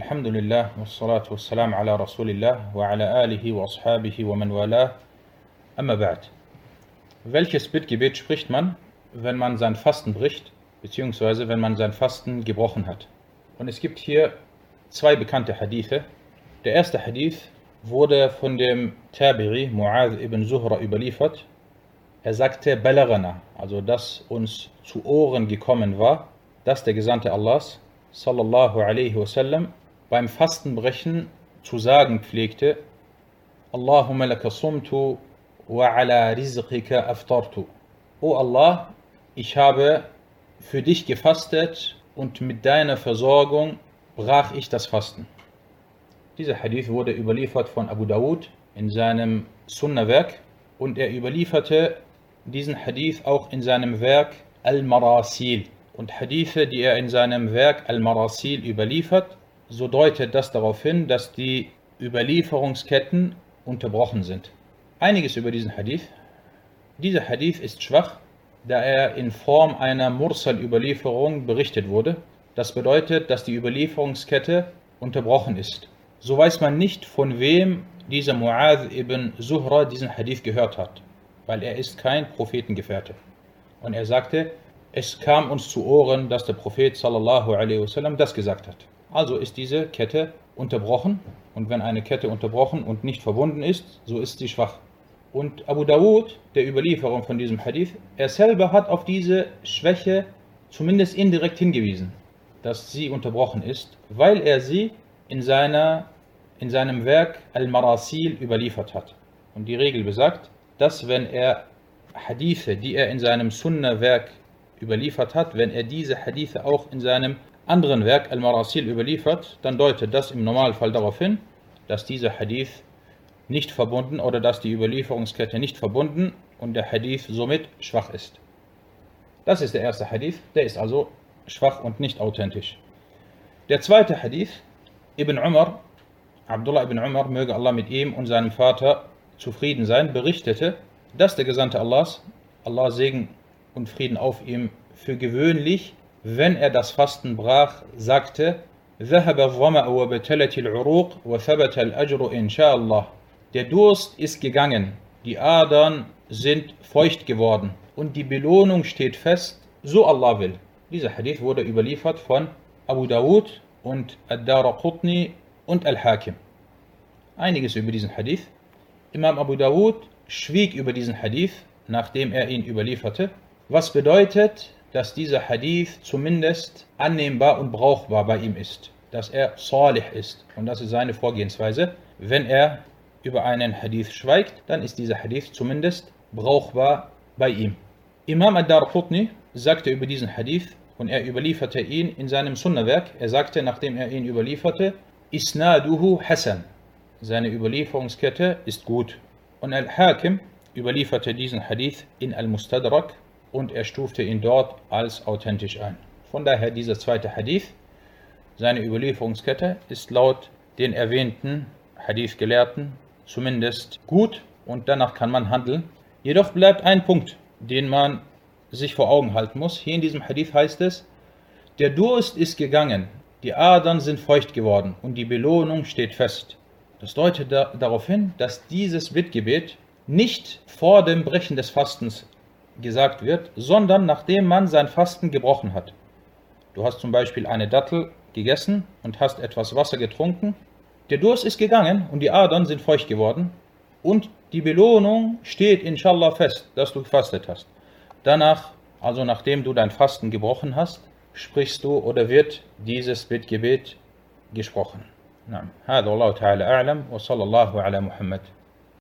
Alhamdulillah, wassalatu wassalam ala Rasulillah wa ala alihi wa ashabihi wa man walah, amma ba'd. Welches Bittgebet spricht man, wenn man sein Fasten bricht, beziehungsweise wenn man sein Fasten gebrochen hat? Und es gibt hier zwei bekannte Hadithe. Der erste Hadith wurde von dem Tabiri Mu'adh ibn Zuhra überliefert. Er sagte, Balagana, also dass uns zu Ohren gekommen war, dass der Gesandte Allahs, sallallahu alaihi wasallam, beim Fastenbrechen zu sagen pflegte, Allahumma laka sumtu wa ala rizqika aftartu. O Allah, ich habe für dich gefastet und mit deiner Versorgung brach ich das Fasten. Dieser Hadith wurde überliefert von Abu Dawud in seinem Sunnah-Werk und er überlieferte diesen Hadith auch in seinem Werk Al-Marasil. Und Hadithe, die er in seinem Werk Al-Marasil überliefert, so deutet das darauf hin, dass die Überlieferungsketten unterbrochen sind. Einiges über diesen Hadith. Dieser Hadith ist schwach, da er in Form einer Mursal-Überlieferung berichtet wurde. Das bedeutet, dass die Überlieferungskette unterbrochen ist. So weiß man nicht, von wem dieser Mu'adh ibn Zuhra diesen Hadith gehört hat, weil er ist kein Prophetengefährte. Und er sagte, es kam uns zu Ohren, dass der Prophet sallallahu alaihi wasallam das gesagt hat. Also ist diese Kette unterbrochen, und wenn eine Kette unterbrochen und nicht verbunden ist, so ist sie schwach. Und Abu Dawud, der Überlieferung von diesem Hadith, er selber hat auf diese Schwäche zumindest indirekt hingewiesen, dass sie unterbrochen ist, weil er sie in seinem Werk Al-Marasil überliefert hat. Und die Regel besagt, dass wenn er Hadithe, die er in seinem Sunnah-Werk überliefert hat, wenn er diese Hadithe auch in seinem anderen Werk Al-Marasil überliefert, dann deutet das im Normalfall darauf hin, dass dieser Hadith nicht verbunden oder dass die Überlieferungskette nicht verbunden und der Hadith somit schwach ist. Das ist der erste Hadith, der ist also schwach und nicht authentisch. Der zweite Hadith, Abdullah ibn Umar, möge Allah mit ihm und seinem Vater zufrieden sein, berichtete, dass der Gesandte Allahs, Allah Segen und Frieden auf ihm, für gewöhnlich, wenn er das Fasten brach, sagte, der Durst ist gegangen, die Adern sind feucht geworden und die Belohnung steht fest, so Allah will. Dieser Hadith wurde überliefert von Abu Dawud und Ad-Daraqutni und Al-Hakim. Einiges über diesen Hadith. Imam Abu Dawud schwieg über diesen Hadith, nachdem er ihn überlieferte, was bedeutet, dass dieser Hadith zumindest annehmbar und brauchbar bei ihm ist, dass er salih ist, und das ist seine Vorgehensweise. Wenn er über einen Hadith schweigt, dann ist dieser Hadith zumindest brauchbar bei ihm. Imam Ad-Darqutni sagte über diesen Hadith, und er überlieferte ihn in seinem Sunnah-Werk, er sagte, nachdem er ihn überlieferte, Isnaduhu Hasan, seine Überlieferungskette ist gut. Und Al-Hakim überlieferte diesen Hadith in Al-Mustadrak und er stufte ihn dort als authentisch ein. Von daher dieser zweite Hadith, seine Überlieferungskette ist laut den erwähnten Hadith-Gelehrten zumindest gut und danach kann man handeln. Jedoch bleibt ein Punkt, den man sich vor Augen halten muss. Hier in diesem Hadith heißt es, der Durst ist gegangen, die Adern sind feucht geworden und die Belohnung steht fest. Das deutet darauf hin, dass dieses Bittgebet nicht vor dem Brechen des Fastens gesagt wird, sondern nachdem man sein Fasten gebrochen hat. Du hast zum Beispiel eine Dattel gegessen und hast etwas Wasser getrunken. Der Durst ist gegangen und die Adern sind feucht geworden und die Belohnung steht inshallah fest, dass du gefastet hast. Danach, also nachdem du dein Fasten gebrochen hast, sprichst du oder wird dieses Bittgebet gesprochen. هذا والله تعالى أعلم وصلى الله على محمد.